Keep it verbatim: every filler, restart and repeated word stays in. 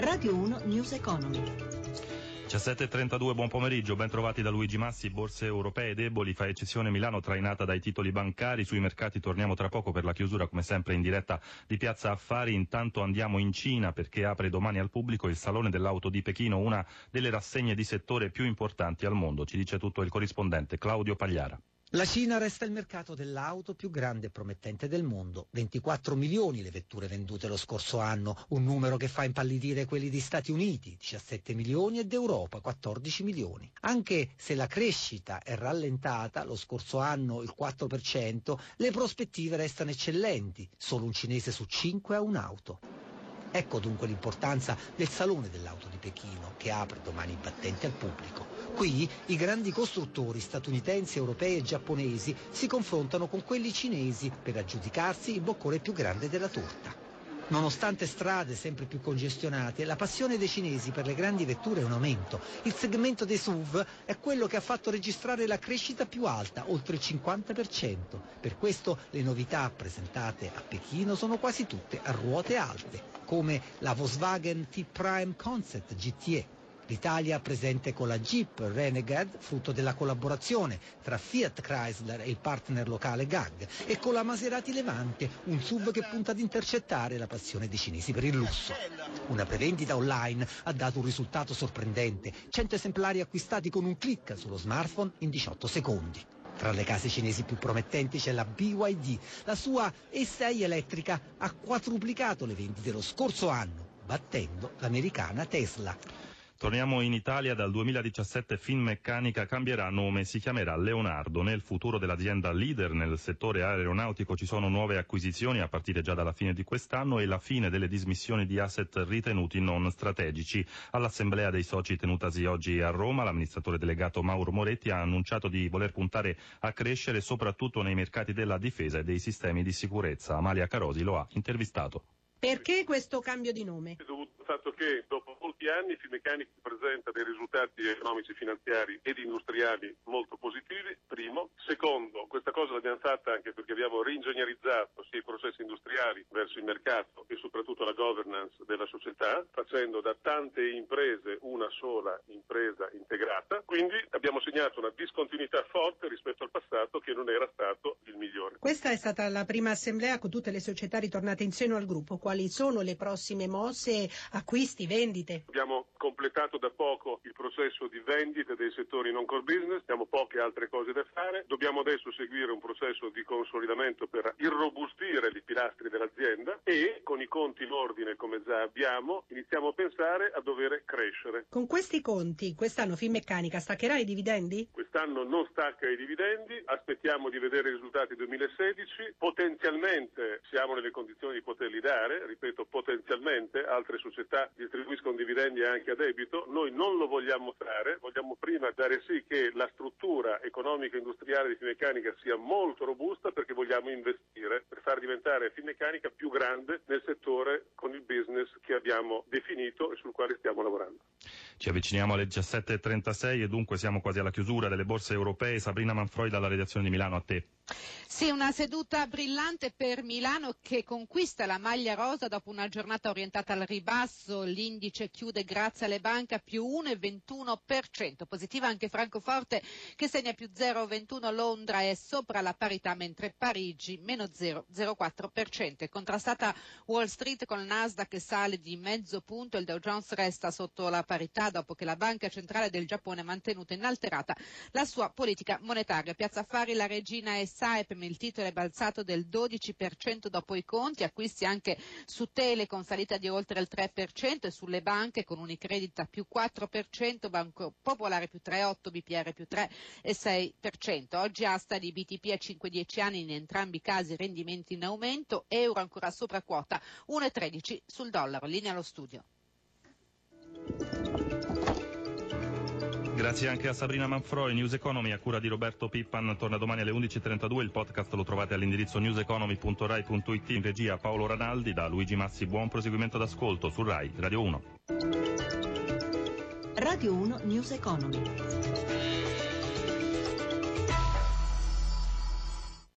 Radio uno News Economy. diciassette e trentadue, buon pomeriggio, ben trovati da Luigi Massi. Borse europee deboli, fa eccezione Milano trainata dai titoli bancari. Sui mercati torniamo tra poco per la chiusura, come sempre in diretta di Piazza Affari. Intanto andiamo in Cina perché apre domani al pubblico il Salone dell'Auto di Pechino, una delle rassegne di settore più importanti al mondo. Ci dice tutto il corrispondente Claudio Pagliara. La Cina resta il mercato dell'auto più grande e promettente del mondo. ventiquattro milioni le vetture vendute lo scorso anno, un numero che fa impallidire quelli di Stati Uniti, diciassette milioni, ed Europa, quattordici milioni. Anche se la crescita è rallentata, lo scorso anno il quattro per cento, le prospettive restano eccellenti. Solo un cinese su cinque ha un'auto. Ecco dunque l'importanza del Salone dell'Auto di Pechino, che apre domani i battenti al pubblico. Qui i grandi costruttori statunitensi, europei e giapponesi si confrontano con quelli cinesi per aggiudicarsi il boccone più grande della torta. Nonostante strade sempre più congestionate, la passione dei cinesi per le grandi vetture è in aumento. Il segmento dei S U V è quello che ha fatto registrare la crescita più alta, oltre il cinquanta per cento. Per questo le novità presentate a Pechino sono quasi tutte a ruote alte, come la Volkswagen T-Prime Concept G T E. L'Italia presente con la Jeep Renegade, frutto della collaborazione tra Fiat Chrysler e il partner locale G A G, e con la Maserati Levante, un S U V che punta ad intercettare la passione dei cinesi per il lusso. Una prevendita online ha dato un risultato sorprendente, cento esemplari acquistati con un click sullo smartphone in diciotto secondi. Tra le case cinesi più promettenti c'è la B Y D, la sua E sei elettrica ha quadruplicato le vendite lo scorso anno, battendo l'americana Tesla. Torniamo in Italia. Dal duemiladiciassette Finmeccanica cambierà nome, si chiamerà Leonardo. Nel futuro dell'azienda leader nel settore aeronautico ci sono nuove acquisizioni a partire già dalla fine di quest'anno e la fine delle dismissioni di asset ritenuti non strategici. All'assemblea dei soci tenutasi oggi a Roma, l'amministratore delegato Mauro Moretti ha annunciato di voler puntare a crescere soprattutto nei mercati della difesa e dei sistemi di sicurezza. Amalia Carosi lo ha intervistato. Perché questo cambio di nome? È dovuto al fatto che dopo molti anni Finmeccanica presenta dei risultati economici, finanziari ed industriali molto positivi, primo. Secondo, questa cosa l'abbiamo fatta anche perché abbiamo reingegnerizzato sia i processi industriali verso il mercato e soprattutto la governance della società, facendo da tante imprese una sola impresa integrata. Quindi abbiamo segnato una discontinuità forte rispetto al passato che non era stato il migliore. Questa è stata la prima assemblea con tutte le società ritornate in seno al gruppo. Quali sono le prossime mosse, acquisti, vendite? Abbiamo completato da poco il processo di vendita dei settori non core business, abbiamo poche altre cose da fare, dobbiamo adesso seguire un processo di consolidamento per irrobustire i pilastri dell'azienda e con i conti in ordine come già abbiamo iniziamo a pensare a dover crescere. Con questi conti quest'anno Finmeccanica staccherà i dividendi? Quest'anno non stacca i dividendi, aspettiamo di vedere i risultati duemilasedici, potenzialmente siamo nelle condizioni di poterli dare, ripeto potenzialmente, altre società distribuiscono dividendi anche a debito, noi non lo vogliamo fare, vogliamo prima dare sì che la struttura economica e industriale di Finmeccanica sia molto robusta perché vogliamo investire per far diventare Finmeccanica più grande nel settore con il business che abbiamo definito e sul quale stiamo lavorando. Ci avviciniamo alle diciassette e trentasei e dunque siamo quasi alla chiusura delle borse europee. Sabrina Manfroi dalla redazione di Milano, a te. Sì, una seduta brillante per Milano che conquista la maglia rosa dopo una giornata orientata al ribasso. L'indice chiude grazie alle banche a più uno virgola ventuno per cento. Positiva anche Francoforte che segna più zero virgola ventuno, Londra è sopra la parità mentre Parigi meno zero virgola zero quattro per cento. È contrastata Wall Street con il Nasdaq che sale di mezzo punto, il Dow Jones resta sotto la parità dopo che la Banca Centrale del Giappone ha mantenuto inalterata la sua politica monetaria. Piazza Affari la regina è Saipem, il titolo è balzato del dodici per cento dopo i conti, acquisti anche su Tele con salita di oltre il tre per cento e sulle banche con Unicredit a più quattro per cento, Banco Popolare più tre virgola otto, B P R più tre virgola sei per cento. Oggi asta di B T P a cinque dieci anni, in entrambi i casi rendimenti in aumento, euro ancora sopra quota uno virgola tredici sul dollaro. Linea allo studio. Grazie anche a Sabrina Manfroi. News Economy a cura di Roberto Pippan torna domani alle undici e trentadue, il podcast lo trovate all'indirizzo newseconomy punto rai punto it. In regia Paolo Ranaldi, da Luigi Massi buon proseguimento d'ascolto su Rai Radio uno. Radio uno News Economy.